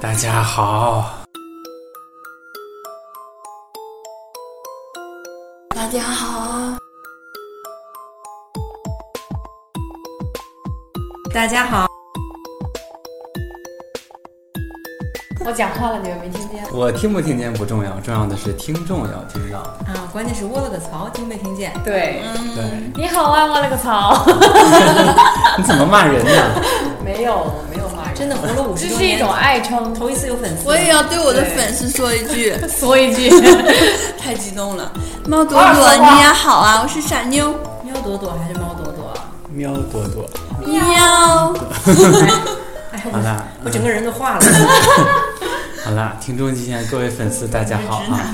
大家好， 大家好， 大家好。 我讲话了，你们没听见？ 我听不听见不重要，重要的是听众要听到啊，关键是我了个操，听没听见？ 对， 对， 你好啊，我了个操！ 你怎么骂人呢？ 没有骂人， 真的活了50多年， 这是一种爱称。 头一次有粉丝， 我也要对我的粉丝说一句， 说一句， 太激动了。猫朵朵，你也好啊，我是傻妞。 喵朵朵还是猫朵朵？ 喵朵朵， 喵。 哎， 好啦， 我整个人都化了。 好啦，听众机前各位粉丝大家好啊！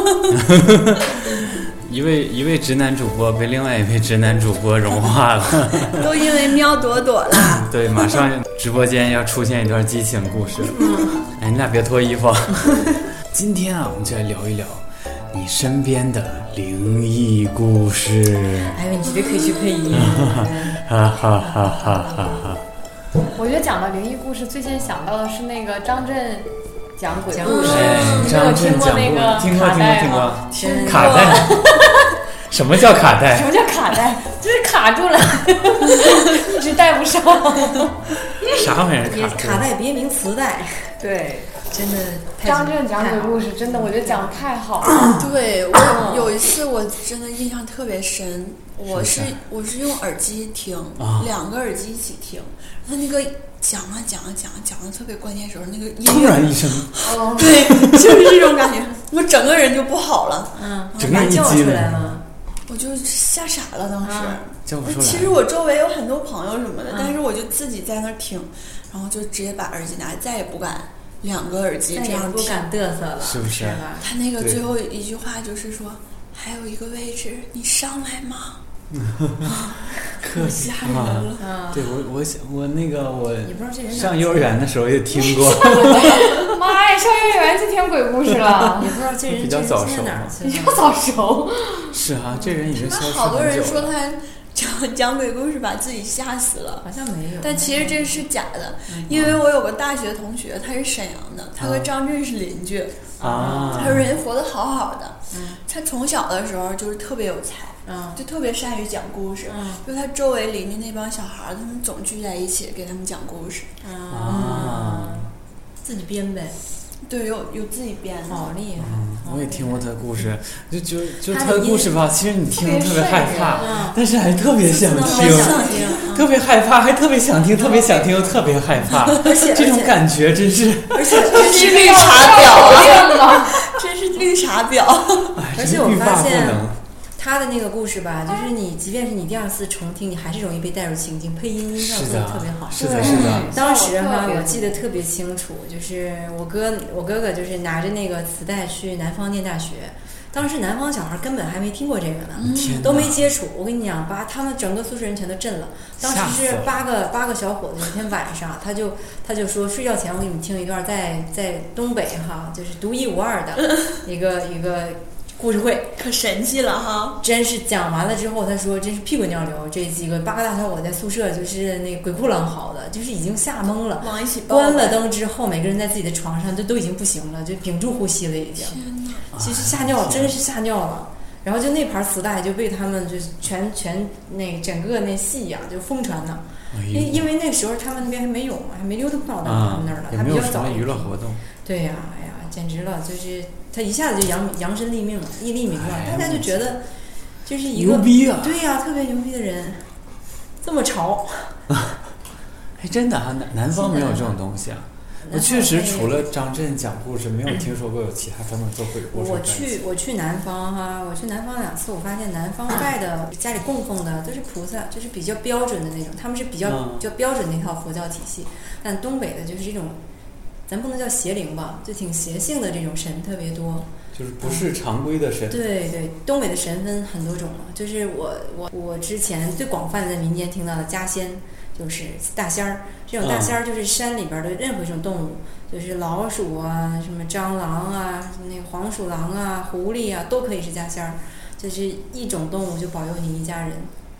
一位直男主播被另外一位直男主播融化了， 都因为喵朵朵啦。 对，马上直播间要出现一段激情故事。哎，你俩别脱衣服。今天啊，我们就来聊一聊你身边的灵异故事。 哎，你绝对可以去配音。 哈哈哈哈哈哈！ 我觉得讲到灵异故事，最先想到的是那个张震讲鬼故事。 张震讲那个听过。 听卡带？什么叫卡带？ 什么叫卡带？就是卡住了，一直带不上。 啥玩意儿？ 卡带别名磁带。 对， 真的。 张震讲鬼故事，真的我觉得讲得太好了。 对，我有一次我真的印象特别深，我是用耳机听，两个耳机一起听，他那个讲的特别关键时候，那个音突然一声， 对，就是这种感觉，我整个人就不好了， 整个人一激灵， 我就吓傻了，当时叫不出来。 其实我周围有很多朋友什么的，但是我就自己在那儿听，然后就直接把耳机拿，再也不敢两个耳机这样听， 不敢嘚瑟了， 是不是？ 他那个最后一句话就是说，还有一个位置，你上来吗？ 可吓人了。 对，我那个也不知道这人上幼儿园的时候也听过。 妈呀，上幼儿园就听鬼故事了， 也不知道这人比较早熟， 比较早熟。 是啊，这人已经消失很久了。 好多人说他讲鬼故事把自己吓死了， 好像没有， 但其实这是假的，因为我有个大学同学，他是沈阳的，他和张震是邻居啊， 他说人家活得好好的，他从小的时候就是特别有才，就特别善于讲故事，就他周围邻居那帮小孩，他们总聚在一起给他们讲故事自己编呗。 对，有自己编的， 好厉害。 我也听过他的故事，就他的故事吧，其实你听特别害怕，但是还特别想听，特别害怕，还特别想听，特别想听又特别害怕， 而且这种感觉真是， 而且真是绿茶婊啊，真是绿茶婊。 而且我发现他的那个故事吧，就是你即便是你第二次重听，你还是容易被带入情境，配音上做的特别好。 是的。 当时哈，我记得特别清楚，就是我哥哥就是拿着那个磁带去南方念大学。当时南方小孩根本还没听过这个呢，都没接触。我跟你讲，把他们整个宿舍人全都震了。当时是八个小伙子，有一天晚上，他就说睡觉前我给你们听一段在东北哈，就是独一无二的一个故事会， 可神气了哈！ 真是讲完了之后，他说真是屁滚尿流，这几个8个大小伙在宿舍就是那鬼哭狼嚎的，就是已经吓懵了。 往一起关了灯之后，每个人在自己的床上都已经不行了，就屏住呼吸了已经。其实吓尿，真是吓尿了。然后就那盘磁带就被他们就是全那整个那系呀就疯传呢。因为那时候他们那边还没有嘛，还没流通到他们那儿呢，还比较早。 娱乐活动。 对呀，哎呀，简直了，就是他一下子就扬身立命了，立命了，大家就觉得就是一个牛逼啊！ 对呀，特别牛逼的人，这么潮。 哎，真的啊，南方没有这种东西啊。我确实除了张震讲故事，没有听说过有其他专门做鬼故事。 我去南方哈，我去南方2次，我发现南方拜的家里供奉的都是菩萨，就是比较标准的那种，他们是比较标准那套佛教体系。但东北的就是这种，咱不能叫邪灵吧，就挺邪性的这种神特别多。 就是不是常规的神。 对，东北的神分很多种了，就是我之前最广泛的在民间听到的家仙。就是大仙儿，这种大仙儿就是山里边的任何一种动物，就是老鼠啊、什么蟑螂啊、那个黄鼠狼啊、狐狸啊，都可以是家仙儿。就是一种动物就保佑你一家人，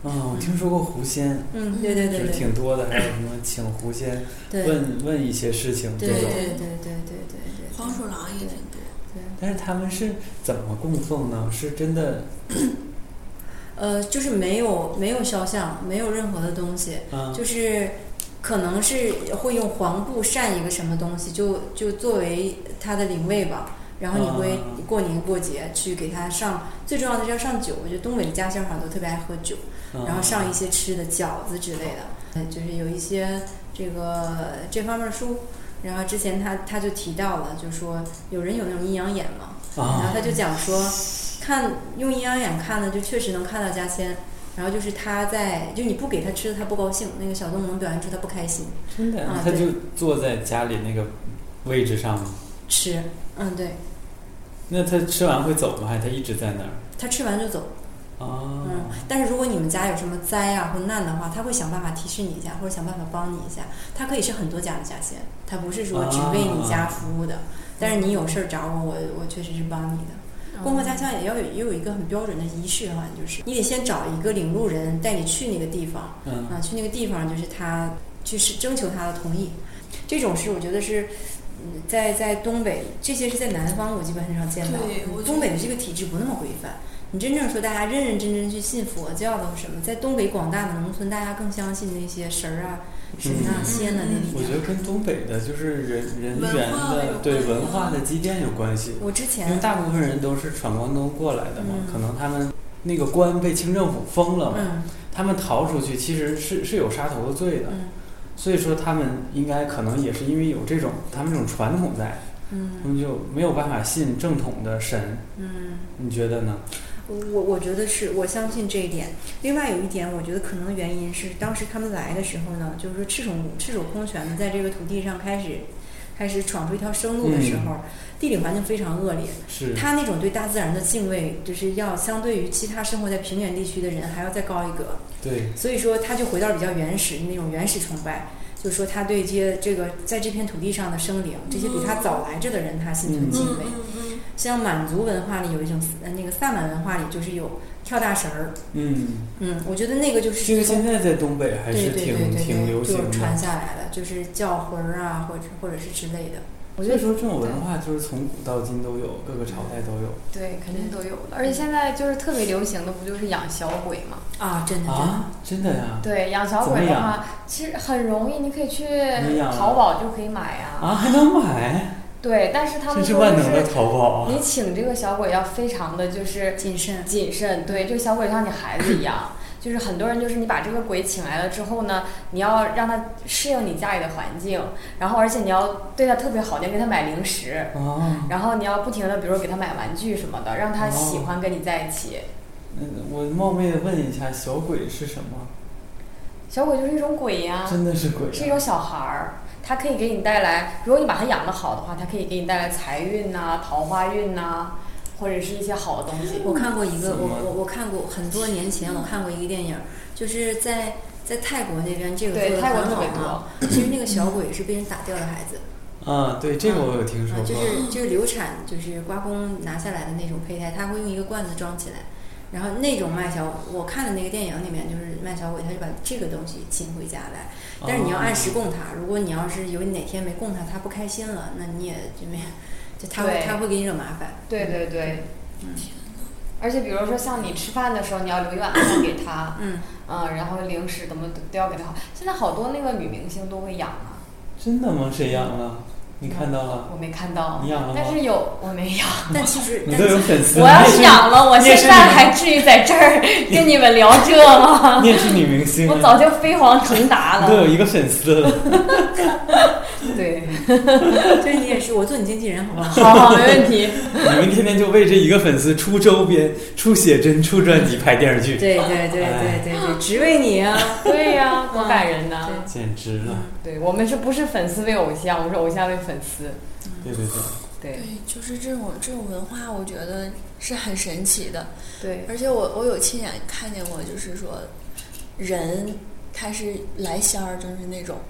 我听说过狐仙， 对对对对， 挺多的，还有什么请狐仙问一些事情这种， 对， 黄鼠狼也挺多。 对， 但是他们是怎么供奉呢？是真的？ 就是没有肖像，没有任何的东西，就是可能是会用黄布扇一个什么东西，就作为它的灵位吧。然后你会过年过节去给他上，最重要的是要上酒。我觉得东北的家乡好像都特别爱喝酒，然后上一些吃的饺子之类的，就是有一些这方面的书。然后之前他就提到了，就说有人有那种阴阳眼嘛，然后他就讲说，用阴阳眼看呢，就确实能看到家仙。然后就是就你不给他吃的，他不高兴，那个小动物能表现出他不开心。 真的他就坐在家里那个位置上吃，对。 那他吃完会走吗？还是他一直在那儿？ 他吃完就走。但是如果你们家有什么灾或难的话，他会想办法提示你一下，或者想办法帮你一下。他可以是很多家的家仙，他不是说只为你家服务的。但是你有事找我确实是帮你的。供奉家乡也有一个很标准的仪式哈，就是你得先找一个领路人带你去那个地方，去那个地方就是他去征求他的同意。这种事我觉得是。在东北，这些是在南方我基本很少见到。东北的这个体制不那么规范。你真正说大家认认真真去信佛教的什么，在东北广大的农村，大家更相信那些神仙的那里。 我觉得跟东北的就是人员的文化的积淀有关系。 我之前因为大部分人都是闯关东过来的嘛，可能他们那个关被清政府封了嘛，他们逃出去其实是有杀头的罪的。所以说他们应该可能也是因为有他们这种传统在，他们就没有办法信正统的神。你觉得呢？ 我觉得是，我相信这一点。另外有一点，我觉得可能原因是当时他们来的时候呢，就是说赤手空拳的在这个土地上开始闯出一条生路的时候，地理环境非常恶劣。 是他那种对大自然的敬畏，就是要相对于其他生活在平原地区的人还要再高一格。 对， 所以说他就回到比较原始那种原始崇拜，就是说他对这个在这片土地上的生灵，这些比他早来着的人，他心存敬畏。像满族文化里有一种那个萨满文化里就是有跳大神儿。我觉得那个就是这个现在在东北还是挺流行的， 就传下来的，就是叫魂儿啊，或者是之类的。 我就说这种文化就是从古到今都有，各个朝代都有。 对，肯定都有的。而且现在就是特别流行的，不就是养小鬼吗？ 真的呀。 对，养小鬼的话，其实很容易，你可以去淘宝就可以买呀。 还能买？ 对，但是他们说万能的淘宝。 你请这个小鬼要非常的就是谨慎。 对，这个小鬼像你孩子一样。就是很多人就是你把这个鬼请来了之后呢，你要让他适应你家里的环境，然后而且你要对他特别好，你要给他买零食，然后你要不停的比如说给他买玩具什么的，让他喜欢跟你在一起。 我冒昧的问一下，小鬼是什么？ 小鬼就是一种鬼呀。 真的是鬼。 是一种小孩儿，他可以给你带来，如果你把他养得好的话，他可以给你带来财运呐、桃花运呐。或者是一些好的东西。 我看过一个，我看过很多年前，我看过一个电影，就是在泰国那边，这个做的很好嘛。其实那个小鬼是被人打掉的孩子。 对，这个我有听说过。 就是流产，就是刮宫拿下来的那种胚胎，他会用一个罐子装起来，然后那种我看的那个电影里面就是卖小鬼，他就把这个东西请回家来，但是你要按时供他，如果你要是有哪天没供他，他不开心了，那你也就没。他会给你惹麻烦。 对。而且比如说像你吃饭的时候，你要留一碗饭给他。然后零食怎么都要给他好。现在好多那个女明星都会养啊。 真的吗？谁养了？你看到了？ 我没看到。 你养了吗？ 但是我没养。 但其实你都有粉丝。 我要是养了，我现在还至于在这儿跟你们聊这吗？ 你也是女明星。 我早就飞黄腾达了。 都有一个粉丝了。 对， 就是你也是，我做你经纪人好不好？好，没问题。 你们天天就为这一个粉丝出周边、出写真、出专辑、拍电视剧。 对，只为你啊！ 对呀，多感人呐！ 简直了。 对，我们不是粉丝为偶像，我们是偶像为粉丝。 对，就是这种文化，我觉得是很神奇的。 对， 而且我有亲眼看见过，就是说人开始来仙儿，就是那种。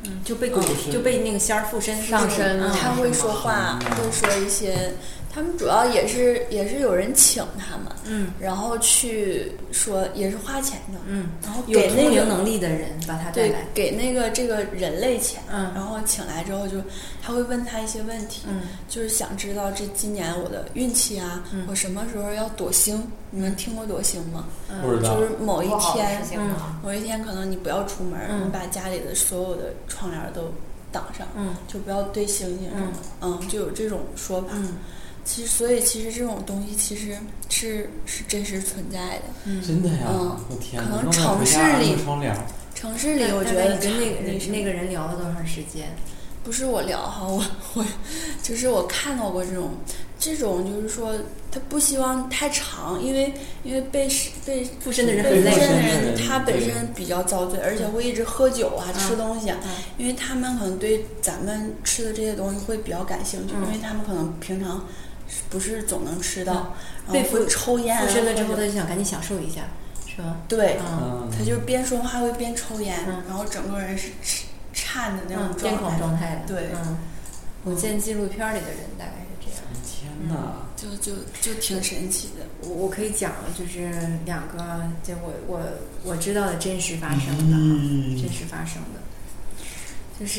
就被那个仙儿附身上身， 他会说话，会说一些。他们主要也是有人请他们，然后去说也是花钱的，然后给那个有通灵能力的人把他带来， 给那个这个人类钱，然后请来之后就他会问他一些问题，就是想知道这今年我的运气啊，我什么时候要躲星？你们听过躲星吗？ 不知道。 就是某一天可能你不要出门，你把家里的所有的窗帘都挡上，就不要对星星什么的，就有这种说法。其实这种东西其实是真实存在的。 真的呀！我天哪！ 可能城市里，我觉得你跟那个人聊了多长时间？ 不是我聊哈，我就是我看到过这种，就是说他不希望太长，因为被附身的人很累，他本身比较遭罪，而且会一直喝酒啊、吃东西啊，因为他们可能对咱们吃的这些东西会比较感兴趣，因为他们可能平常不是总能吃到，然后会抽烟， 附身了之后他就想赶紧享受一下，是吧？ 对，他就边说话会边抽烟，然后整个人是颤的那种癫狂状态的。 对， 我见纪录片里的人大概是这样。 天哪！ 就挺神奇的。 我可以讲了，就是两个，就我知道的真实发生的，就是，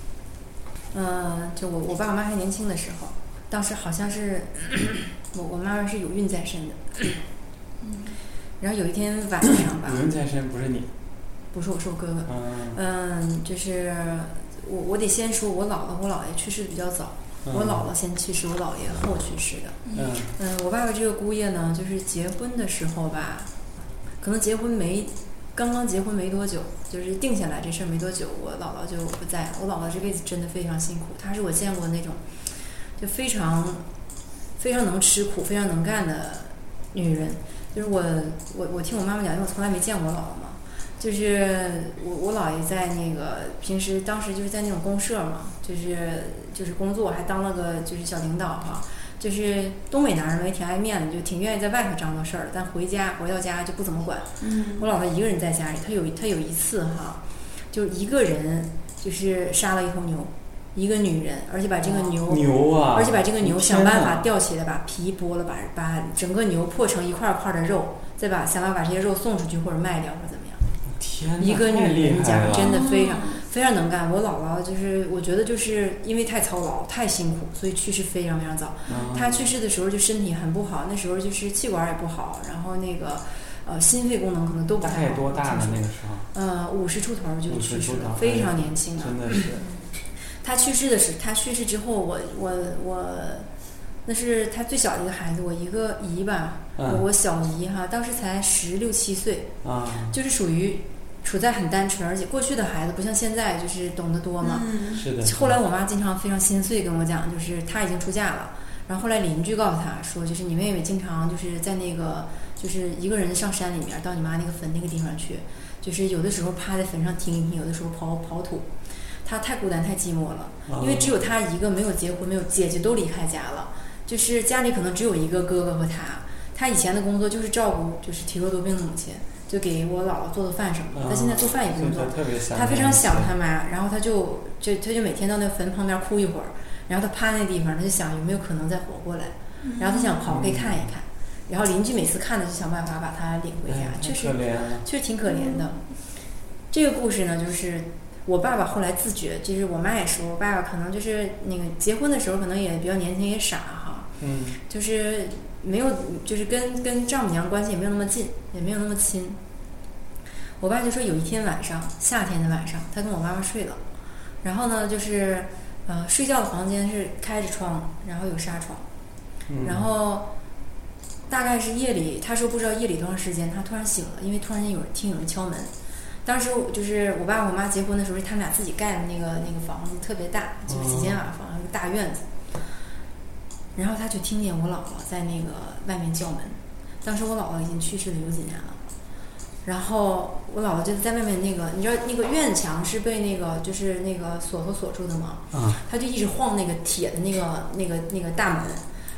就我爸我妈还年轻的时候，当时好像是我妈妈是有孕在身的，然后有一天晚上吧， 有孕在身不是你， 不是我，是我哥哥，就是我得先说我姥爷去世的比较早。我姥姥先去世，我姥爷后去世的。我爸爸这个姑爷呢，就是结婚的时候吧，可能刚刚结婚没多久，就是定下来这事儿没多久，我姥姥就不在了。我姥姥这辈子真的非常辛苦，她是我见过那种就非常非常能吃苦、非常能干的女人。就是我听我妈妈讲，因为我从来没见过我姥姥嘛。就是我姥爷在那个平时当时就是在那种公社嘛，就是工作还当了个就是小领导哈，就是东北男人也挺爱面子，就挺愿意在外头张罗事儿，但回到家就不怎么管。我姥姥一个人在家里，她有一次哈，就一个人就是杀了一头牛，一个女人，而且把这个牛啊， 而且把这个牛想办法吊起来，把皮剥了，把整个牛破成一块块的肉，再想办法把这些肉送出去或者卖掉或者怎么样。一个女人家真的非常非常能干。我姥姥就是我觉得就是因为太操劳太辛苦，所以去世非常非常早。她去世的时候就身体很不好，那时候就是气管也不好，然后那个心肺功能可能都不太好。 大概多大呢那个时候 ？50出头就去世了，非常年轻的。 真的是。 她去世之后，我那是她最小的一个孩子，我一个姨吧，我小姨哈，当时才16、17岁，就是属于处在很单纯，而且过去的孩子不像现在就是懂得多嘛。 是的。 后来我妈经常非常心碎跟我讲，就是她已经出嫁了，然后后来邻居告诉她说，就是你妹妹经常就是在那个就是一个人上山里面到你妈那个坟那个地方去，就是有的时候趴在坟上听一听，有的时候刨土。她太孤单太寂寞了，因为只有她一个，没有结婚，没有姐姐都离开家了，就是家里可能只有一个哥哥和她。她以前的工作就是照顾就是体弱多病的母亲，就给我姥姥做饭什么的。她现在做饭也不用做，她非常想她妈，然后她就每天到那坟旁边哭一会儿，然后她趴那地方，她就想有没有可能再活过来，然后她想跑可以看一看，然后邻居每次看的就想办法把她领回家，确实挺可怜的。这个故事呢，就是我爸爸后来自觉，就是我妈也说，我爸爸可能就是那个结婚的时候可能也比较年轻也傻哈，就是没有，就是跟丈母娘关系也没有那么近，也没有那么亲。我爸就说有一天晚上，夏天的晚上，他跟我妈妈睡了，然后呢就是睡觉的房间是开着窗，然后有纱窗，然后大概是夜里，他说不知道夜里多长时间，他突然醒了，因为突然间听有人敲门。当时就是我爸我妈结婚的时候，是他们俩自己盖的那个房子特别大，就是几间瓦房，一个大院子。然后他就听见我姥姥在那个外面叫门，当时我姥姥已经去世了有几年了。然后我姥姥就在外面那个，你知道那个院墙是被那个就是那个锁头锁住的吗？他就一直晃那个铁的那个大门，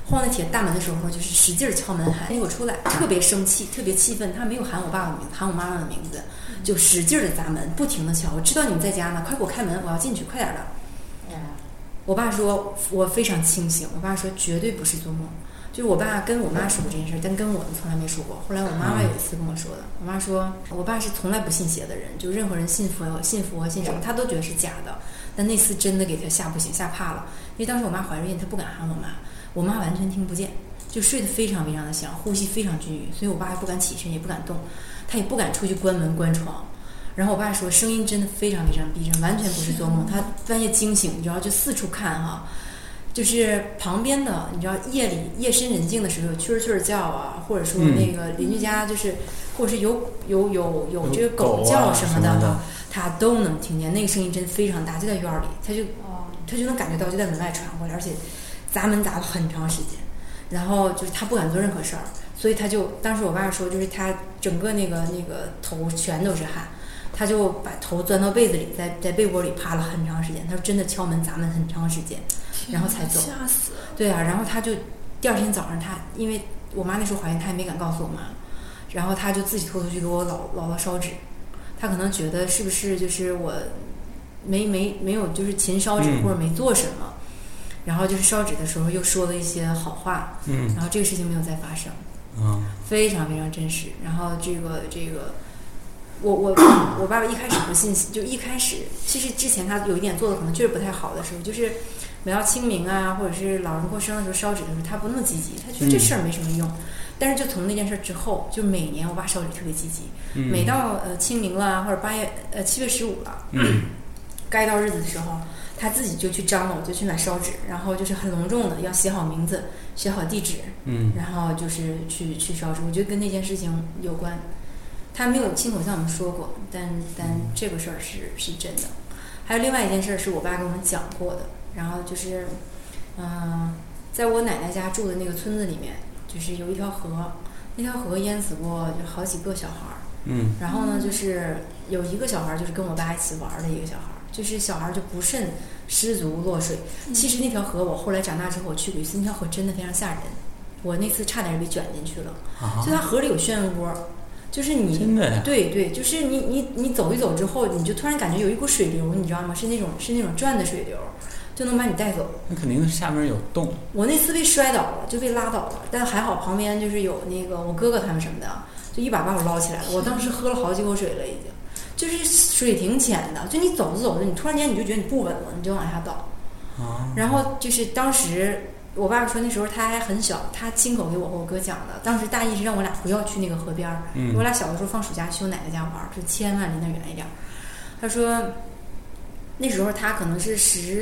晃那铁大门的时候呢，就是使劲敲门喊你给我出来，特别生气，特别气愤。他没有喊我爸爸的名字，喊我妈妈的名字，就使劲的砸门，不停的敲。我知道你们在家呢，快给我开门，我要进去，快点的。我爸说我非常清醒，我爸说绝对不是做梦。就是我爸跟我妈说过这件事，但跟我们从来没说过。后来我妈妈有一次跟我说的，我妈说我爸是从来不信邪的人，就任何人信佛信什么，他都觉得是假的。但那次真的给他吓不行，吓怕了。因为当时我妈怀着孕，她不敢喊我妈完全听不见，就睡得非常非常的香，呼吸非常均匀，所以我爸还不敢起身，也不敢动，他也不敢出去关门关窗。然后我爸说声音真的非常非常逼真，完全不是做梦。他半夜惊醒，你知道就四处看哈。就是旁边的，你知道夜深人静的时候有蛐叫啊，或者说那个邻居家就是，或者是有这个狗叫什么的，他都能听见。那个声音真的非常大，就在院里，他就能感觉到，就在门外传过来，而且砸门砸了很长时间。然后就是他不敢做任何事儿，所以他就当时我爸说，就是他整个那个头全都是汗，他就把头钻到被子里，在被窝里趴了很长时间。他说真的敲门砸门很长时间。然后才走， 吓死了。 对啊，然后他就第二天早上他，因为我妈那时候怀孕，他也没敢告诉我妈，然后他就自己偷偷去给我姥姥烧纸，他可能觉得是不是就是我没有就是勤烧纸或者没做什么，然后就是烧纸的时候又说了一些好话，然后这个事情没有再发生，非常非常真实。然后这个我爸爸一开始不信，就一开始其实之前他有一点做的可能确实不太好的时候，就是每到清明啊或者是老人过生的时候烧纸的时候，他不那么积极，他觉得这事儿没什么用。但是就从那件事之后，就每年我爸烧纸特别积极，每到清明了或者7月15了，该到日子的时候，他自己就去张罗，就去买烧纸，然后就是很隆重的要写好名字，写好地址，然后就是去烧纸。我觉得跟那件事情有关。他没有亲口向我们说过，但这个事儿是真的。还有另外一件事是我爸跟我们讲过的，然后就是，在我奶奶家住的那个村子里面，就是有一条河，那条河淹死过就好几个小孩儿。然后呢，就是有一个小孩就是跟我爸一起玩的一个小孩，就是小孩就不慎失足落水。其实那条河我后来长大之后我去过一次，那条河真的非常吓人，我那次差点被卷进去了。就它河里有漩涡。就是你对，就是你走一走之后，你就突然感觉有一股水流，你知道吗？是那种转的水流，就能把你带走。 那肯定是下面有洞。 我那次被摔倒了，就被拉倒了，但还好旁边就是有那个我哥哥他们什么的，就一把把我捞起来了。我当时喝了好几口水了，已经，就是水挺浅的，就你走着走着，你突然间你就觉得你不稳了，你就往下倒。然后就是当时。我爸说那时候他还很小，他亲口给我和我哥讲的。当时大意是让我俩不要去那个河边儿，我俩小的时候放暑假去我奶奶家玩，说千万离那远一点。他说那时候他可能是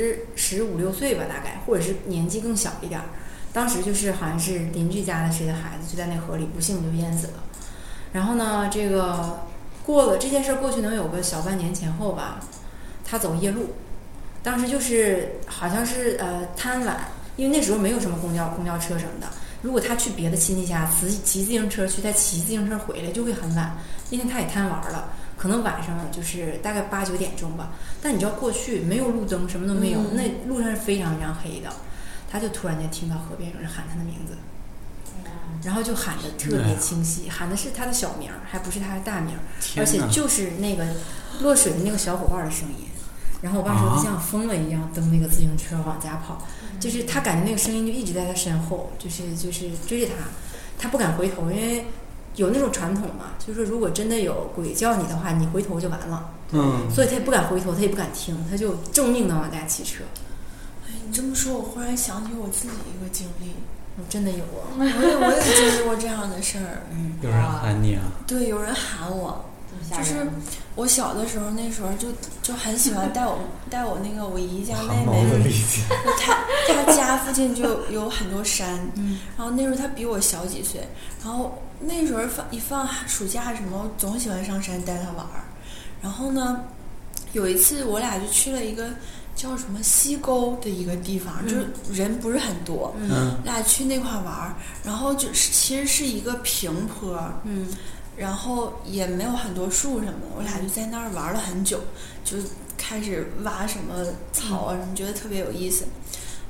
15、16岁吧，大概，或者是年纪更小一点。当时就是好像是邻居家的谁的孩子就在那河里不幸就淹死了。然后呢，这个过了这件事过去能有个小半年前后吧，他走夜路，当时就是好像是贪晚。因为那时候没有什么公交车什么的，如果他去别的亲戚家骑自行车去，再骑自行车回来就会很晚。那天他也贪玩了，可能晚上就是大概8、9点钟吧。但你知道过去没有路灯，什么都没有，那路上是非常非常黑的。他就突然间听到河边有人喊他的名字，然后就喊得特别清晰，喊的是他的小名，还不是他的大名，而且就是那个落水的那个小伙伴的声音。然后我爸说他像疯了一样蹬那个自行车往家跑，就是他感觉那个声音就一直在他身后，就是追着他不敢回头，因为有那种传统嘛，就是如果真的有鬼叫你的话，你回头就完了。所以他也不敢回头，他也不敢听，他就正命的往家骑车。 你这么说，我忽然想起我自己一个经历。 我真的有啊， 我也经历过这样的事儿。 有人喊你啊？ 对，有人喊我。就是我小的时候，那时候就很喜欢带我那个我姨家妹妹，她家附近就有很多山，然后那时候她比我小几岁，然后那时候放暑假什么，我总喜欢上山带她玩儿。然后呢，有一次我俩就去了一个叫什么西沟的一个地方，就是人不是很多，俩去那块玩儿，然后就是其实是一个平坡，然后也没有很多树什么的，我俩就在那儿玩了很久，就开始挖什么草啊什么，觉得特别有意思。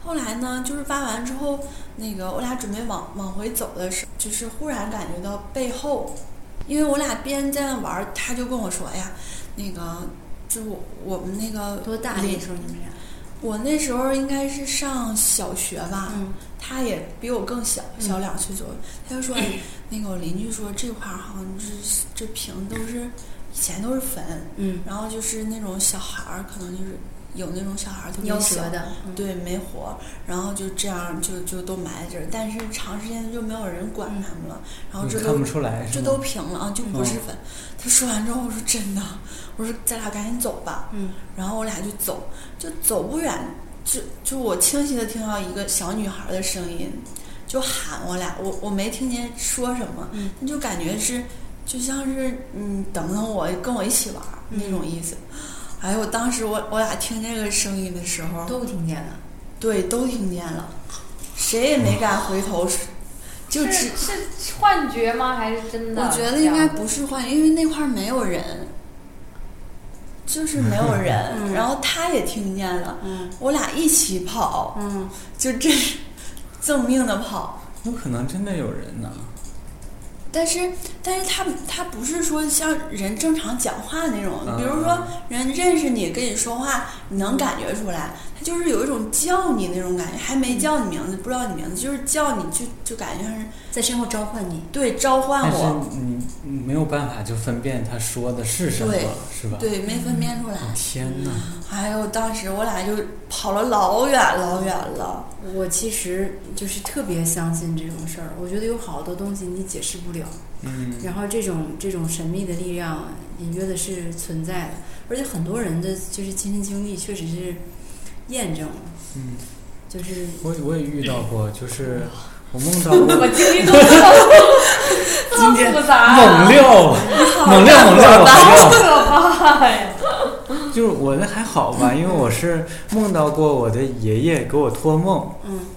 后来呢，就是挖完之后，那个我俩准备往回走的时候，就是忽然感觉到背后，因为我俩边在那玩，他就跟我说：“哎呀，那个就我们那个多大那时候你们俩？” 我那时候应该是上小学吧，他也比我更小，小2岁左右。他就说：“那个我邻居说这块好像这坪都是以前都是坟，然后就是那种小孩儿，可能就是。”有那种小孩特别小的， 对，没活，然后就这样就都埋在这儿，但是长时间就没有人管他们了，然后这都看不出来， 这都平了啊，就不是坟。他说完之后，我说真的，我说咱俩赶紧走吧，然后我俩就走不远，就我清晰的听到一个小女孩的声音，就喊我俩，我没听见说什么，就感觉是就像是等等我跟我一起玩那种意思。哎呦！当时我俩听这个声音的时候， 都听见了， 对，都听见了，谁也没敢回头， 是幻觉吗？还是真的？ 我觉得应该不是幻觉，因为那块没有人，就是没有人。然后他也听见了，我俩一起跑，就真是赠命的跑。 有可能真的有人呢。 但是他不是说像人正常讲话那种，比如说人认识你跟你说话，你能感觉出来，他就是有一种叫你那种感觉，还没叫你名字，不知道你名字，就是叫你就感觉像是在身后召唤你， 对，召唤我。 但是你没有办法就分辨他说的是什么，是吧？ 对，没分辨出来。 天哪！ 还有当时我俩就跑了老远了。 我其实就是特别相信这种事儿，我觉得有好多东西你解释不了，然后这种神秘的力量隐约的是存在的，而且很多人的就是亲身经历确实是验证了，就是我也遇到过，就是我梦到过， 我经历过， 今天复杂， 猛料， 好可怕呀！ 就是我那还好吧，因为我是梦到过我的爷爷给我托梦，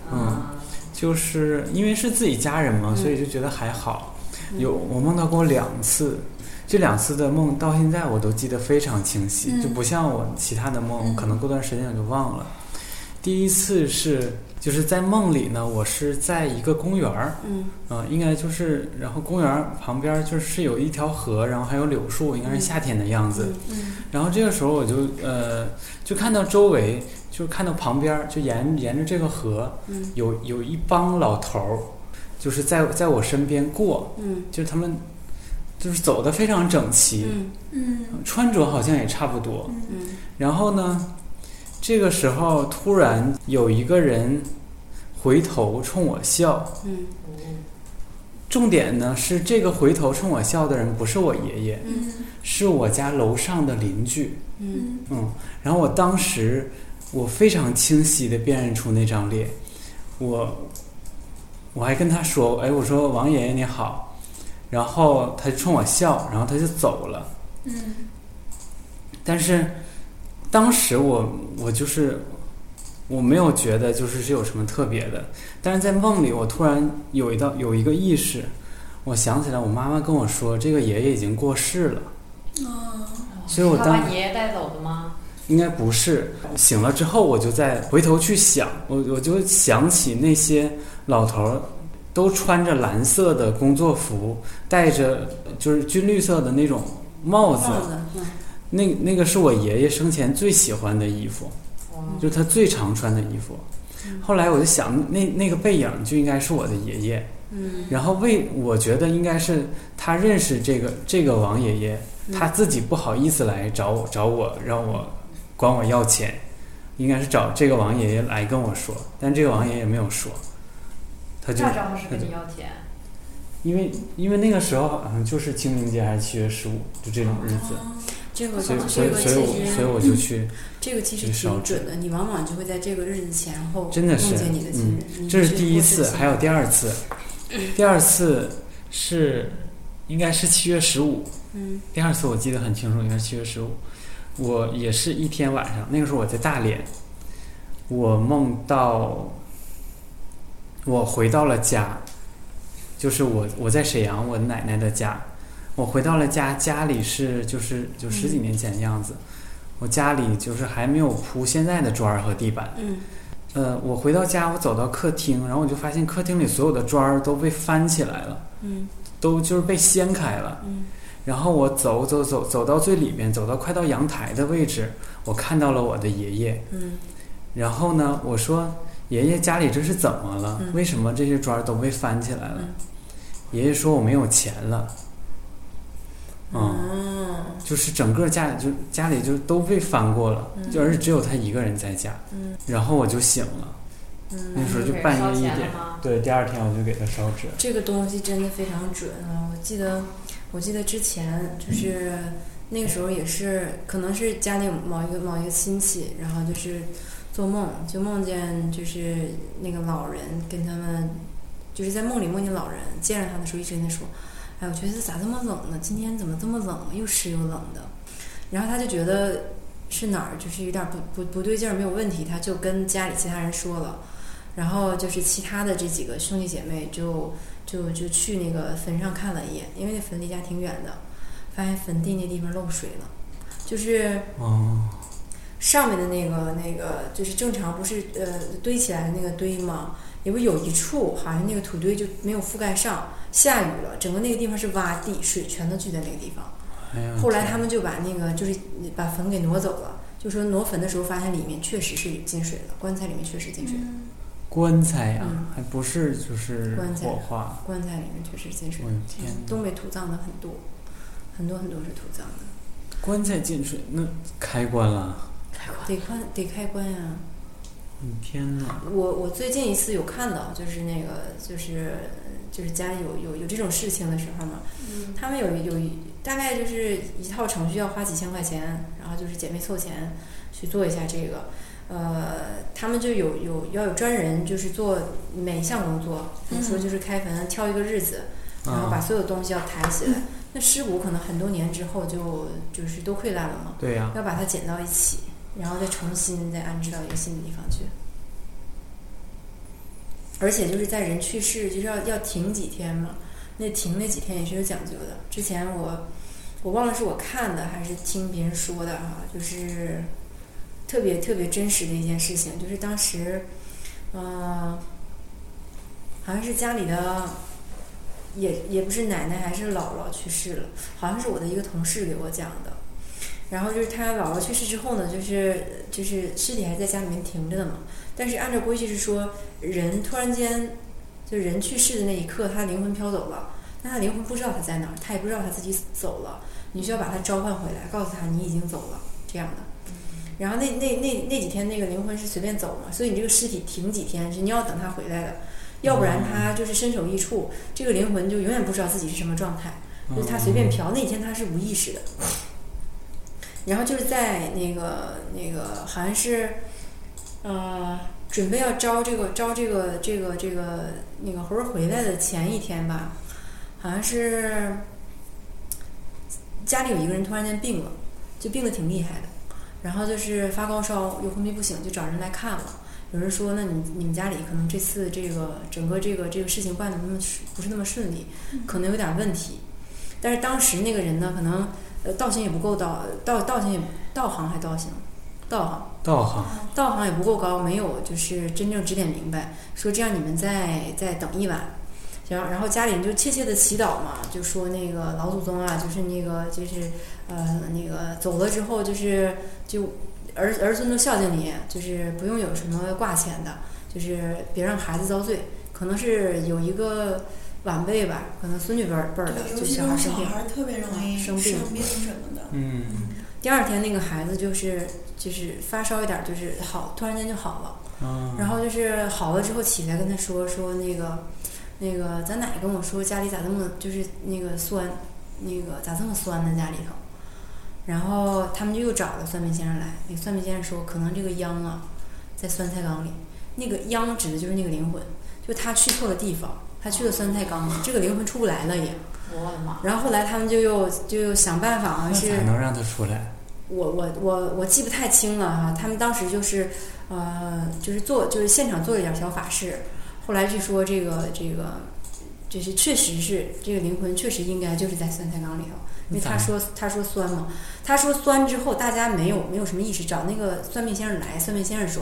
就是因为是自己家人嘛，所以就觉得还好。我梦到过2次，这2次的梦到现在我都记得非常清晰，就不像我其他的梦，可能过段时间我就忘了。第一次就是在梦里呢，我是在一个公园儿，应该就是，然后公园旁边就是有一条河，然后还有柳树，应该是夏天的样子。然后这个时候我就看到周围，就看到旁边，就沿着这个河，有一帮老头儿，就是在我身边过，就是他们就是走得非常整齐，穿着好像也差不多，然后呢。这个时候突然有一个人回头冲我笑，重点呢是这个回头冲我笑的人不是我爷爷，是我家楼上的邻居，然后我当时我非常清晰地辨认出那张脸，我还跟他说，我说王爷爷你好，然后他就冲我笑，然后他就走了，但是当时我就是我没有觉得是有什么特别的，但是在梦里我突然有一个意识，我想起来我妈妈跟我说这个爷爷已经过世了，所以我把爷爷带走的吗？ 应该不是。醒了之后我就再回头去想，我就想起那些老头都穿着蓝色的工作服，戴着就是军绿色的那种帽子，那个是我爷爷生前最喜欢的衣服，就是他最常穿的衣服。后来我就想，那个背影就应该是我的爷爷。然后我觉得应该是他认识这个王爷爷，他自己不好意思来找我，让我管我要钱，应该是找这个王爷爷来跟我说，但这个王爷爷没有说，他就那正好是跟你要钱。 因为那个时候好像就是清明节还是7月15，就这种日子。所以我就去。 这个其实挺准的，你往往就会在这个日子前后真的是梦见你的亲人。 这是第一次，还有第二次。第二次是应该是7月15。第二次我记得很清楚，应该是7月15。我也是一天晚上，那个时候我在大连，我梦到我回到了家，就是我在沈阳我奶奶的家。我回到了家里是就10几年前的样子，我家里就是还没有铺现在的砖和地板， 我回到家，我走到客厅，然后我就发现客厅里所有的砖都被翻起来了，都就是被掀开了，然后我走到最里边，走到快到阳台的位置，我看到了我的爷爷，然后呢，我说爷爷家里这是怎么了？为什么这些砖都被翻起来了？爷爷说我没有钱了。就是整个家里就都被翻过了，就而且只有他一个人在家。然后我就醒了，那时候就半夜1点，对，第二天我就给他烧纸。 这个东西真的非常准啊！我记得之前就是那个时候也是，可能是家里某一个亲戚，然后就是做梦就梦见就是那个老人跟他们，就是在梦里梦见老人见着他的时候一直在说。哎，我觉得咋这么冷呢？今天怎么这么冷？又湿又冷的。然后他就觉得是哪儿就是有点不对劲儿，没有问题，他就跟家里其他人说了。然后就是其他的这几个兄弟姐妹就去那个坟上看了一眼，因为那坟离家挺远的，发现坟地那地方漏水了，就是上面的那个就是正常不是堆起来的那个堆吗？也不有一处好像那个土堆就没有覆盖上。下雨了，整个那个地方是洼地，水全都聚在那个地方。后来他们就把那个就是把坟给挪走了，就说挪坟的时候发现里面确实是进水了，棺材里面确实进水了。 棺材呀，还不是就是火化。 棺材里面确实进水。 天， 东北土葬的很多是土葬的。 棺材进水，那开棺了。 得开棺呀。 天哪！ 我最近一次有看到，就是那个就是家里有这种事情的时候嘛，他们有大概就是一套程序要花几千块钱，然后就是姐妹凑钱去做一下这个，他们就要有专人就是做每一项工作，比如说就是开坟挑一个日子，然后把所有东西要抬起来，那尸骨可能很多年之后就是都溃烂了嘛， 对呀， 要把它捡到一起，然后再重新再安置到一个新的地方去。而且就是在人去世就是要停几天嘛，那停那几天也是有讲究的。之前我忘了是我看的还是听别人说的哈，就是特别真实的一件事情，就是当时好像是家里的也不是奶奶还是姥姥去世了，好像是我的一个同事给我讲的。然后就是他姥姥去世之后呢，就是尸体还在家里面停着的嘛。但是按照规矩是说，人突然间就人去世的那一刻，他灵魂飘走了，那他灵魂不知道他在哪儿，他也不知道他自己走了，你需要把他召唤回来，告诉他你已经走了这样的。然后那几天那个灵魂是随便走嘛，所以你这个尸体停几天是你要等他回来的，要不然他就是身首异处，这个灵魂就永远不知道自己是什么状态，就是他随便飘，那几天他是无意识的。然后就是在那个好像是准备要招这个那个魂回来的前一天吧，好像是家里有一个人突然间病了，就病得挺厉害的，然后就是发高烧又昏迷不醒，就找人来看了。有人说那你们家里可能这次这个整个这个事情办得不是那么顺利，可能有点问题。但是当时那个人呢，可能道行也不够道行也不够高，没有就是真正指点明白，说这样你们再等一晚。然后家里人就切切的祈祷嘛，就说那个老祖宗啊，就是那个走了之后就儿孙都孝敬你，就是不用有什么挂牵的，就是别让孩子遭罪。可能是有一个晚辈吧，可能孙女辈儿的，就小孩生病， 特别容易生病什么的。 第二天那个孩子就是发烧一点，就是好，突然间就好了。然后就是好了之后起来跟他说那个咱奶跟我说家里咋这么就是那个酸，那个咋这么酸呢家里头。然后他们就又找了算命先生来，那个算命先生说可能这个秧啊在酸菜缸里，那个秧指的就是那个灵魂，就他去错了地方，他去了酸菜缸，这个灵魂出不来了也。 我的妈！ 然后后来他们就又想办法啊，是才能让他出来。 我记不太清了哈，他们当时就是就是现场做了一点小法事，后来据说这个就是确实是这个灵魂确实应该就是在酸菜缸里头，因为他说酸嘛，他说酸之后大家没有什么意识，找那个算命先生来，算命先生说的，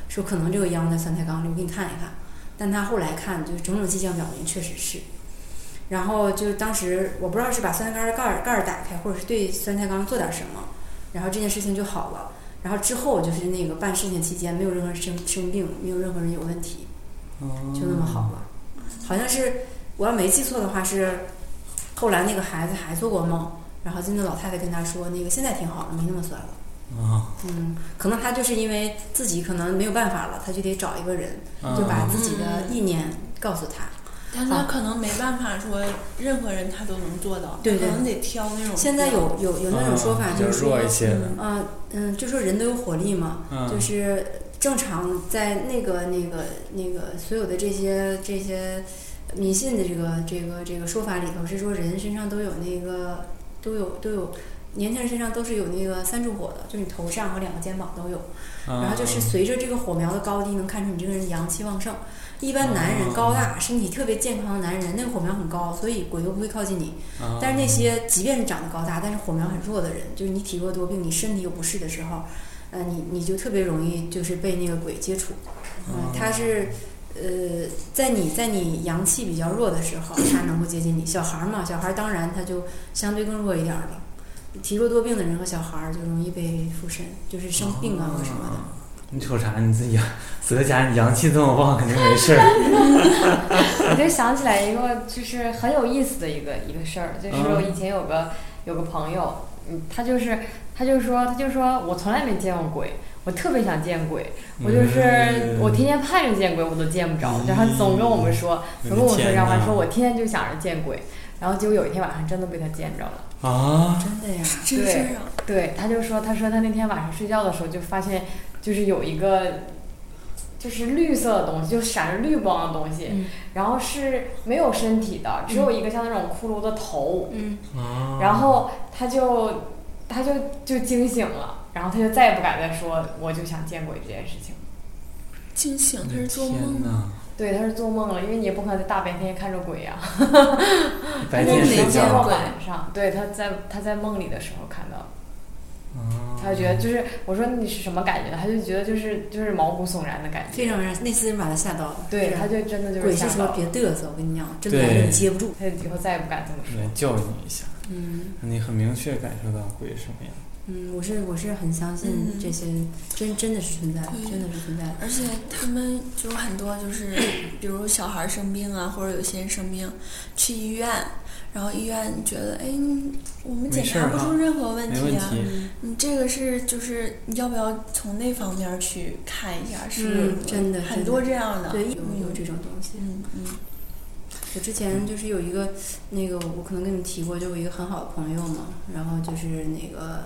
说可能这个秧在酸菜缸里，我给你看一看。但他后来看，就是种种迹象表明确实是。然后就当时我不知道是把酸菜缸盖儿打开，或者是对酸菜缸做点什么，然后这件事情就好了。然后之后就是那个办事情期间，没有任何人生病，没有任何人有问题，就那么好了。好像是我要没记错的话，是后来那个孩子还做过梦，然后那老太太跟他说，那个现在挺好了，没那么酸了。可能他就是因为自己可能没有办法了，他就得找一个人，就把自己的意念告诉他。 但他可能没办法说任何人他都能做到， 对， 可能得挑那种。 现在有那种说法，就是说，就说人都有火力嘛，就是正常在那个所有的这些迷信的这个说法里头，是说人身上都有年轻人身上都是有那个3柱火的，就是你头上和2个肩膀都有。然后就是随着这个火苗的高低，能看出你这个人阳气旺盛。一般男人高大、身体特别健康的男人，那个火苗很高，所以鬼都不会靠近你。但是那些即便是长得高大，但是火苗很弱的人，就是你体弱多病，你身体又不适的时候，你就特别容易就是被那个鬼接触。他是在你阳气比较弱的时候，他能够接近你。小孩嘛，小孩当然他就相对更弱一点了。体弱多病的人和小孩就容易被附身，就是生病啊或什么的。 你瞅啥？你自己泽家你阳气这么旺，肯定没事儿。 我就想起来一个就是很有意思的一个事儿，就是我以前有个朋友，他就说我从来没见过鬼，我特别想见鬼，我天天盼着见鬼，我都见不着，然后总跟我们说，总跟我说这样话，说我天天就想着见鬼，然后结果有一天晚上真的被他见着了。 真的呀？ 对，他说他那天晚上睡觉的时候就发现，就是有一个就是绿色的东西，就闪着绿光的东西，然后是没有身体的，只有一个像那种骷髅的头，然后他就惊醒了，然后他就再也不敢再说我就想见鬼这件事情。 惊醒，他是做梦呢？ 对，他是做梦了，因为你也不可能在大白天看着鬼呀。 白天睡觉。 晚上，对，他在梦里的时候看到。他就觉得就是我说你是什么感觉？他就觉得就是毛骨悚然的感觉， 非常那次人把他吓到了。 对，他就真的就是鬼是说别嘚瑟，我跟你讲，真的你接不住， 他以后再也不敢这么说。 教育你一下，你很明确感受到鬼是什么样。 我是很相信这些，真的是存在的，真的是存在的。 而且他们就很多就是，比如小孩生病啊，或者有些人生病，去医院，然后医院觉得，我们检查不出任何问题啊，你这个是就是你要不要从那方面去看一下？是真的很多这样的， 对，有这种东西。我之前就是有一个那个，我可能跟你们提过，就有一个很好的朋友嘛，然后就是那个。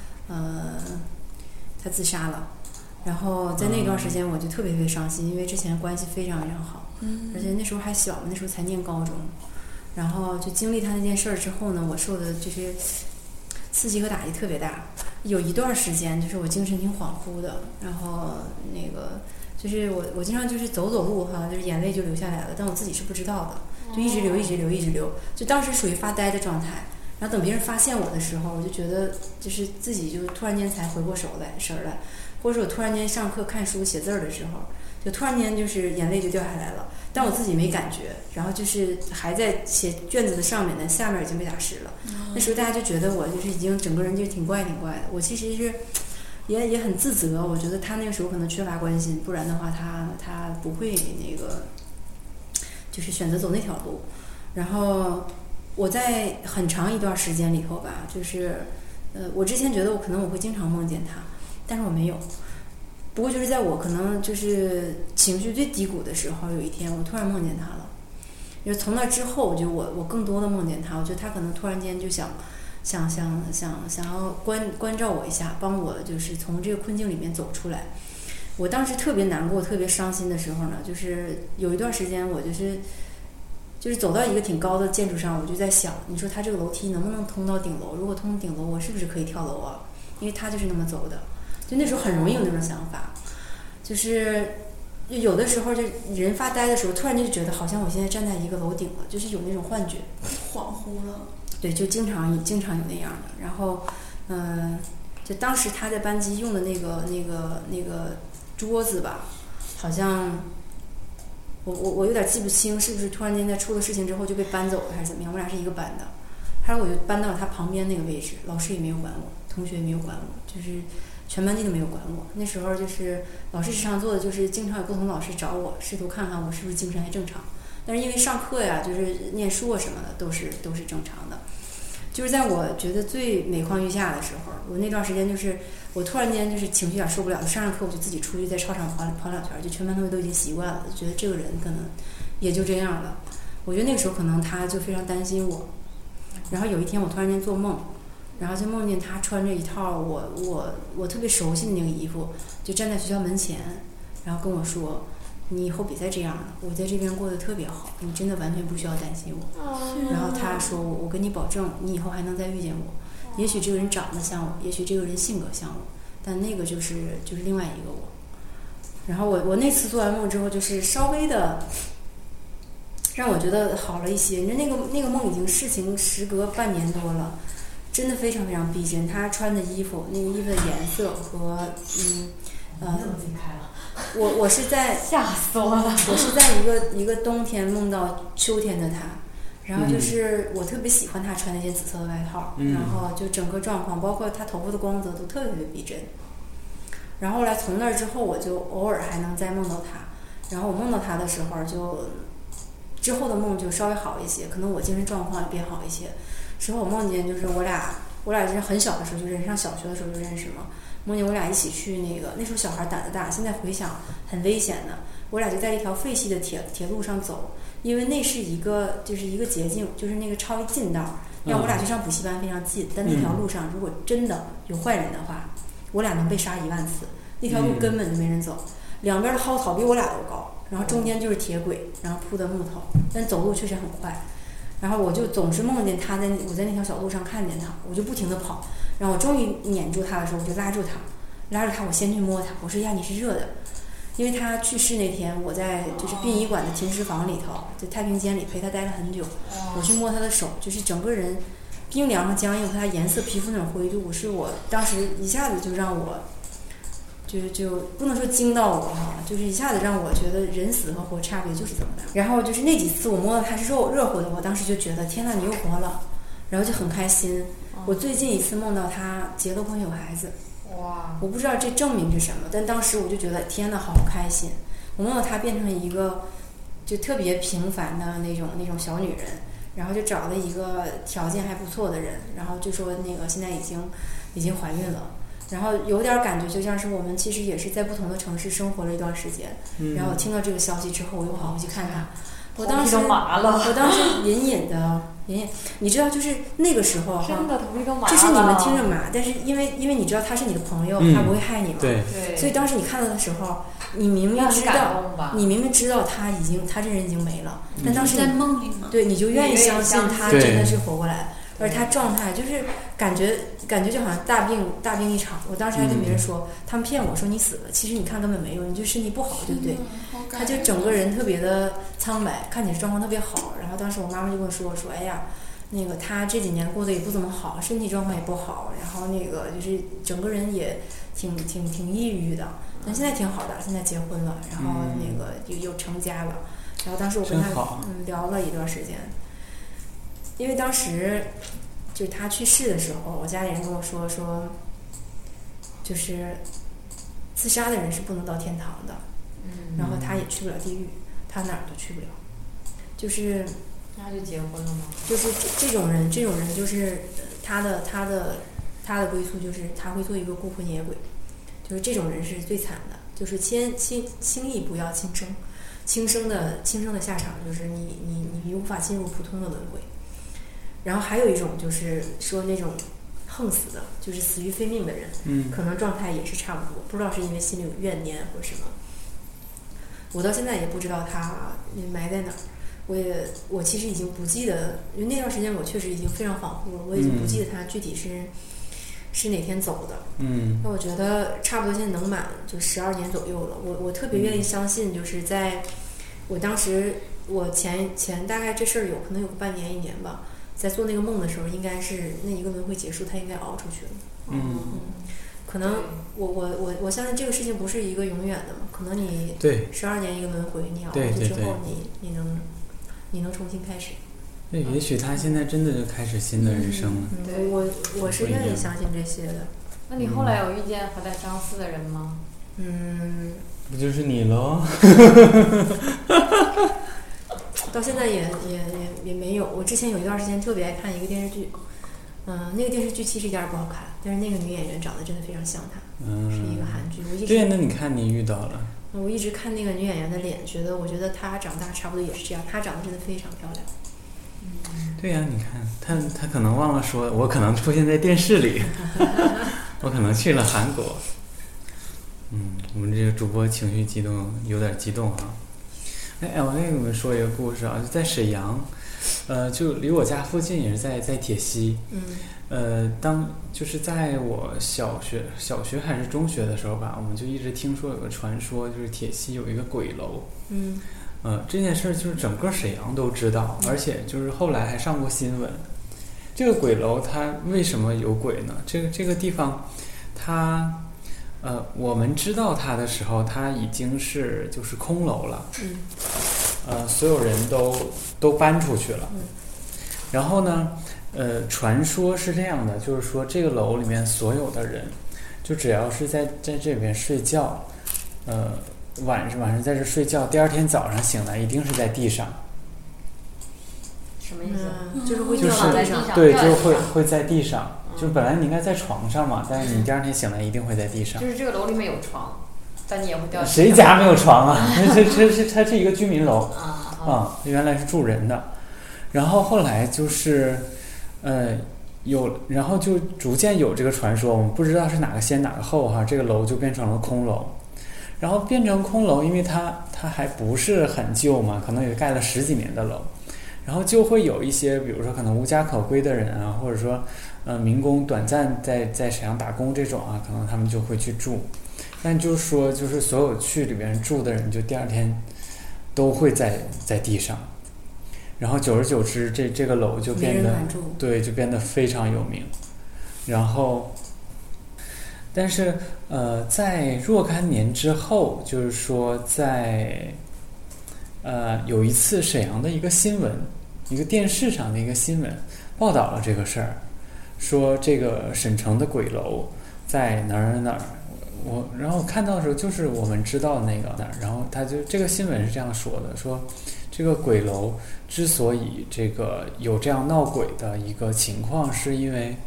他自杀了，然后在那段时间我就特别特别伤心，因为之前关系非常非常好，而且那时候还小嘛，那时候才念高中，然后就经历他那件事儿之后呢，我受的就是刺激和打击特别大，有一段时间就是我精神挺恍惚的，然后那个就是我经常就是走路哈，就是眼泪就流下来了，但我自己是不知道的，就一直流，就当时属于发呆的状态。然后等别人发现我的时候，我就觉得就是自己就突然间才回过神来，或者说我突然间上课看书写字的时候，就突然间就是眼泪就掉下来了，但我自己没感觉，然后就是还在写卷子的上面呢，下面已经被打湿了。那时候大家就觉得我就是已经整个人就挺怪的。我其实是也很自责，我觉得他那个时候可能缺乏关心，不然的话他不会那个就是选择走那条路。然后我在很长一段时间里头吧，就是我之前觉得我会经常梦见他，但是我没有。不过就是在我可能就是情绪最低谷的时候，有一天我突然梦见他了。因为从那之后，我更多的梦见他，我觉得他可能突然间就想要关照我一下，帮我就是从这个困境里面走出来。我当时特别难过、特别伤心的时候呢，就是有一段时间我就是走到一个挺高的建筑上，我就在想，你说他这个楼梯能不能通到顶楼？如果通顶楼，我是不是可以跳楼啊？因为他就是那么走的，就那时候很容易有那种想法，就是有的时候就人发呆的时候，突然就觉得好像我现在站在一个楼顶了，就是有那种幻觉， 恍惚了。 对，就经常有那样的。然后，就当时他在班级用的那个桌子吧，好像我有点记不清是不是突然间在出了事情之后就被搬走了还是怎么样，我俩是一个班的。后来我就搬到了他旁边那个位置，老师也没有管我，同学也没有管我，就是全班级都没有管我。那时候就是老师时常做的就是经常有不同老师找我，试图看看我是不是精神还正常。但是因为上课呀，就是念书啊什么的都是正常的。就是在我觉得最每况愈下的时候，我那段时间就是我突然间就是情绪有点受不了，就上课我就自己出去在操场跑两圈，就全班同学都已经习惯了，就觉得这个人可能也就这样了。我觉得那个时候可能他就非常担心我。然后有一天我突然间做梦，然后就梦见他穿着一套我特别熟悉的那个衣服，就站在学校门前，然后跟我说：“你以后别再这样了，我在这边过得特别好，你真的完全不需要担心我。”然后他说：“我跟你保证，你以后还能再遇见我。也许这个人长得像我，也许这个人性格像我，但那个就是另外一个我。”然后我那次做完梦之后，就是稍微的让我觉得好了一些。那个梦已经事情时隔半年多了，真的非常非常逼真。他穿的衣服，那个衣服的颜色和你怎么自己开了？ 我是在吓死我了！ 我是在一个冬天梦到秋天的他，然后就是我特别喜欢他穿那件紫色的外套，然后就整个状况，包括他头发的光泽都特别特别逼真。然后后来从那之后，我就偶尔还能再梦到他，然后我梦到他的时候就。之后的梦就稍微好一些，可能我精神状况也变好一些。之后我梦见就是我俩是很小的时候就认识，上小学的时候就认识嘛。梦见我俩一起去那时候小孩胆子大，现在回想很危险的。我俩就在一条废弃的铁路上走，因为那是一个捷径，就是那个超一近道，让我俩去上补习班非常近。但那条路上如果真的有坏人的话，我俩能被杀10000次。那条路根本就没人走，两边的蒿草比我俩都高。然后中间就是铁轨，然后铺的木头，但走路确实很快。然后我就总是梦见我在那条小路上看见他，我就不停地跑。然后我终于撵住他的时候，我就拉住他，我先去摸他，我说呀，你是热的。因为他去世那天，我在就是殡仪馆的停尸房里头，在太平间里陪他待了很久。我去摸他的手，就是整个人冰凉和僵硬和他颜色皮肤那种灰度，是我当时一下子就让我。就不能说惊到我哈，就是一下子让我觉得人死和活差别就是这么大。然后就是那几次我摸到他是热乎的，我当时就觉得天哪，你又活了，然后就很开心。我最近一次梦到他结了婚有孩子， 哇！ 我不知道这证明是什么，但当时我就觉得天哪，好开心。我梦到他变成一个就特别平凡的那种小女人，然后就找了一个条件还不错的人，然后就说那个现在已经怀孕了。然后有点感觉就像是我们其实也是在不同的城市生活了一段时间，然后我听到这个消息之后，我又跑回去看他，我当时隐隐，你知道就是那个时候真的头皮都麻了， 就是你们听着麻，但是因为你知道他是你的朋友，他不会害你嘛， 对， 所以当时你看到的时候，你明明知道他这人已经没了，但当时在梦里嘛， 对，你就愿意相信他真的是活过来。而他状态就是感觉就好像大病一场。我当时还跟别人说，他们骗我说你死了，其实你看根本没有，你就身体不好，对不对？他就整个人特别的苍白，看起来状况特别好。然后当时我妈妈就跟我说哎呀，那个他这几年过得也不怎么好，身体状况也不好，然后那个就是整个人也挺抑郁的。但现在挺好的，现在结婚了，然后那个又成家了。然后当时我跟他聊了一段时间。因为当时就是他去世的时候，我家里人跟我说，就是自杀的人是不能到天堂的，然后他也去不了地狱，他哪儿都去不了。就是那就结婚了吗？ 就是这种人就是他的归宿就是他会做一个孤魂野鬼，就是这种人是最惨的，就是轻易不要轻生的下场就是你无法进入普通的轮回。然后还有一种就是说那种横死的，就是死于非命的人，可能状态也是差不多，不知道是因为心里有怨念或者什么。我到现在也不知道他埋在哪儿，我其实已经不记得，因为那段时间我确实已经非常恍惚了，我已经不记得他具体是哪天走的。那我觉得差不多现在能满就12年左右了。我特别愿意相信，就是在我当时我前大概这事儿可能有个半年1年吧。在做那个梦的时候，应该是那一个轮回结束，他应该熬出去了。 可能我相信这个事情不是一个永远的嘛，可能你12年一个轮回，你熬过去之后，你能重新开始。 对，也许他现在真的就开始新的人生了。 对，我是愿意相信这些的。 那你后来有遇见和他相似的人吗？ 不就是你喽？ 到现在也没有。我之前有一段时间特别爱看一个电视剧，那个电视剧其实一点也不好看，但是那个女演员长得真的非常像她，是一个韩剧。 对，那你看你遇到了。 我一直看那个女演员的脸，我觉得她长大差不多也是这样，她长得真的非常漂亮。 对呀，你看他可能忘了说，我可能出现在电视里，我可能去了韩国。我们这个主播情绪激动，有点激动哈。我再给你们说一个故事啊，就在沈阳，就离我家附近，也是在铁西。就是在我小学还是中学的时候吧，我们就一直听说有个传说，就是铁西有一个鬼楼。这件事就是整个沈阳都知道，而且就是后来还上过新闻。这个鬼楼它为什么有鬼呢？这个地方，它我们知道它的时候，它已经是就是空楼了。所有人都搬出去了。然后呢，传说是这样的，就是说这个楼里面所有的人，就只要是在这边睡觉，晚上在这睡觉，第二天早上醒来一定是在地上。 什么意思？ 就是会掉在地上。 对，就会在地上。就本来你应该在床上嘛，但是你第二天醒来一定会在地上。 就是这个楼里面有床，但你也会掉地上。 谁家没有床啊？它是一个居民楼原来是住人的。然后后来就是然后就逐渐有这个传说，我们不知道是哪个先哪个后哈，这个楼就变成了空楼。然后变成空楼，因为它还不是很旧嘛，可能也盖了10几年的楼，然后就会有一些，比如说可能无家可归的人啊，或者说民工短暂在沈阳打工这种啊，可能他们就会去住。但就是说，就是所有去里边住的人，就第二天都会在地上。然后久而久之，这个楼就变得就变得非常有名。然后。但是在若干年之后，就是说在有一次沈阳的一个新闻，一个电视上的一个新闻报道了这个事儿，说这个沈城的鬼楼在哪儿，然后看到的时候就是我们知道的那个哪儿，然后他就这个新闻是这样说的，说这个鬼楼之所以这个有这样闹鬼的一个情况，是因为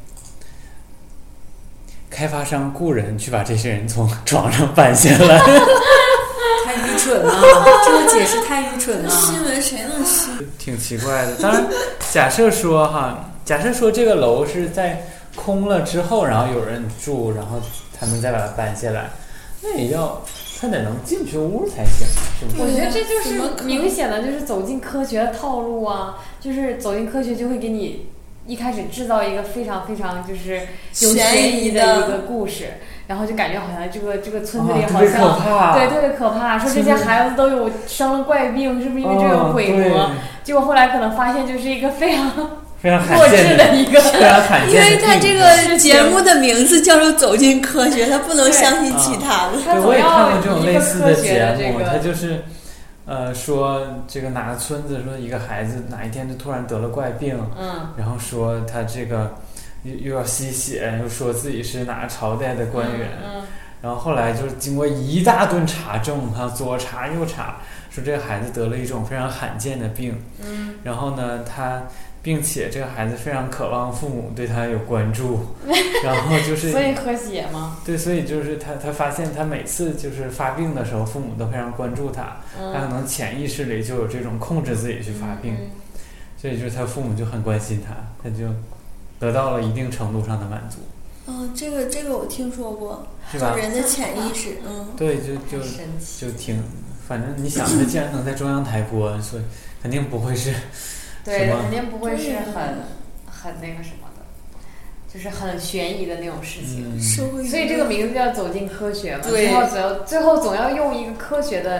开发商雇人去把这些人从床上搬下来。 太愚蠢了，这个解释太愚蠢了。 新闻谁能信？ 挺奇怪的。当然，假设说这个楼是在空了之后，然后有人住，然后他们再把它搬下来，那也要他得能进去屋才行，是不是？ 我觉得这就是明显的就是走进科学的套路啊，就是走进科学就会给你一开始制造一个非常非常就是有悬疑的一个故事，然后就感觉好像这个村子里好像对特别可怕，说这些孩子都有生了怪病，是不是因为这个鬼魔？结果后来可能发现就是一个非常弱智的一个， 因为他这个节目的名字叫做《走进科学》，他不能相信其他的。 对，我也看过这种类似的节目，他就是说这个哪个村子说一个孩子哪一天就突然得了怪病，然后说他这个又要吸血，又说自己是哪个朝代的官员，然后后来就是经过一大顿查证，他左查右查，说这个孩子得了一种非常罕见的病，然后呢并且这个孩子非常渴望父母对他有关注，然后就是所以喝血吗？ 对，所以就是他发现他每次就是发病的时候，父母都非常关注他，他可能潜意识里就有这种控制自己去发病，所以就是他父母就很关心他，他就得到了一定程度上的满足。 这个我听说过， 是吧？ 人的潜意识， 对，就挺，反正你想，他既然能在中央台播，所以肯定不会是。 对，肯定不会是很那个什么的，就是很悬疑的那种事情。 所以这个名字叫走进科学嘛，最后总要用一个科学的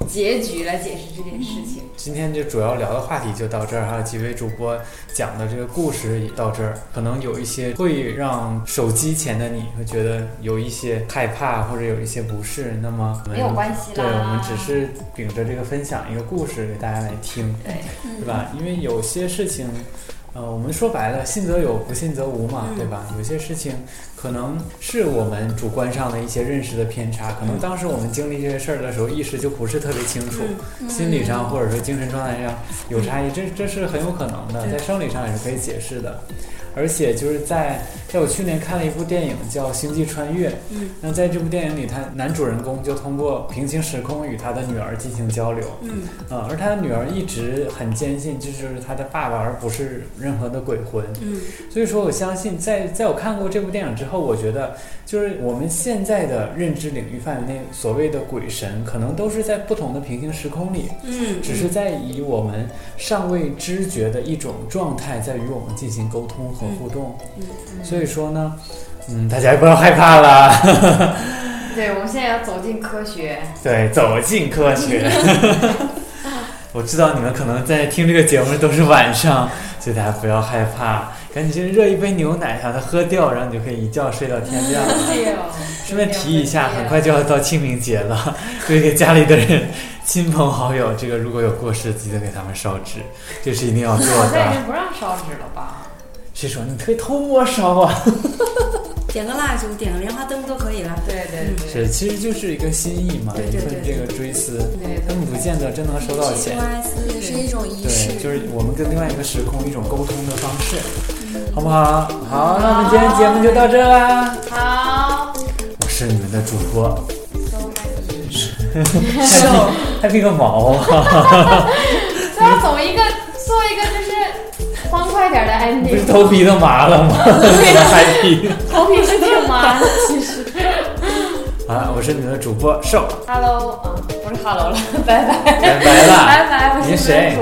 结局来解释这件事情。 今天就主要聊的话题就到这儿，还有几位主播讲的这个故事也到这儿，可能有一些会让手机前的你会觉得有一些害怕或者有一些不适，那么没有关系啦， 对，我们只是秉着这个分享一个故事给大家来听，对吧？因为有些事情我们说白了，信则有，不信则无嘛，对吧？有些事情可能是我们主观上的一些认识的偏差，可能当时我们经历这些事儿的时候，意识就不是特别清楚，心理上或者说精神状态上有差异，这是很有可能的，在生理上也是可以解释的。而且就是在我去年看了一部电影叫《星际穿越》，那在这部电影里，他男主人公就通过平行时空与他的女儿进行交流，而他的女儿一直很坚信这就是他的爸爸，而不是任何的鬼魂，所以说我相信在我看过这部电影之后，我觉得就是我们现在的认知领域范围内所谓的鬼神，可能都是在不同的平行时空里，只是在以我们尚未知觉的一种状态在与我们进行沟通和互动，所以说呢，大家不要害怕啦。 对，我们现在要走进科学。 对，走进科学。我知道你们可能在听这个节目都是晚上，所以大家不要害怕，赶紧去热一杯牛奶，把它喝掉，然后你就可以一觉睡到天亮了。顺便提一下，很快就要到清明节了，所以给家里的人、亲朋好友，这个如果有过世，记得给他们烧纸，这是一定要做的。 现在不让烧纸了吧？ 谁说你可以偷摸烧啊？ 点个蜡烛，点个莲花灯都可以了。 对， 是，其实就是一个心意嘛，一份这个追思。他们不见得真能收到钱， 也是一种仪式。 对，就是我们跟另外一个时空一种沟通的方式，好不好？好，那我们今天节目就到这啦。 好， 我是你们的主播。瘦，还比个毛啊！ 就要做一个就是欢快点的 ending。 不是头皮都麻了吗？ 对，头皮是挺麻的，其实。 好，我是你们的主播瘦。 Hello 啊，不是 Hello 了，拜拜。 拜拜了， 拜拜。 你是谁？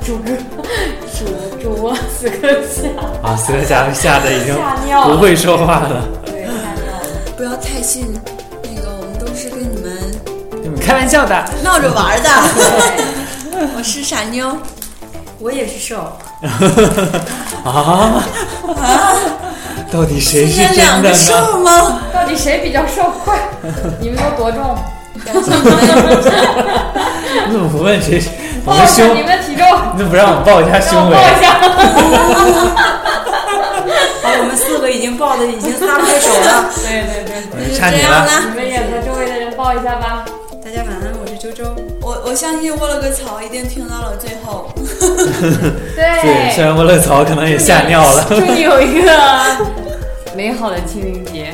主播死磕侠。 啊，死磕侠吓得已经不会说话了。 对，吓尿了。 不要太信那个，我们都是跟你们开玩笑的， 闹着玩的。我是傻妞， 我也是瘦。 啊！到底谁是真的呢？ 两个瘦吗？ 到底谁比较瘦？快，你们都多重？ 你怎么不问谁？ 报一下你们的体重。 你怎么不让我报一下胸围？ 报一下。 好，我们4个已经报的已经擦不开手了。 对， 差你了。 你们也和周围的人报一下吧。 大家晚安，我是周周。 我相信卧了个槽一定听到了最后。 对， 虽然卧了槽可能也吓尿了。 祝你有一个美好的清明节。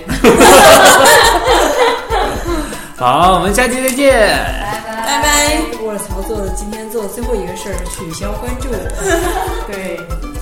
好，我们下期再见。 拜拜。 卧了槽今天做的最后一个事儿是取消关注。 对。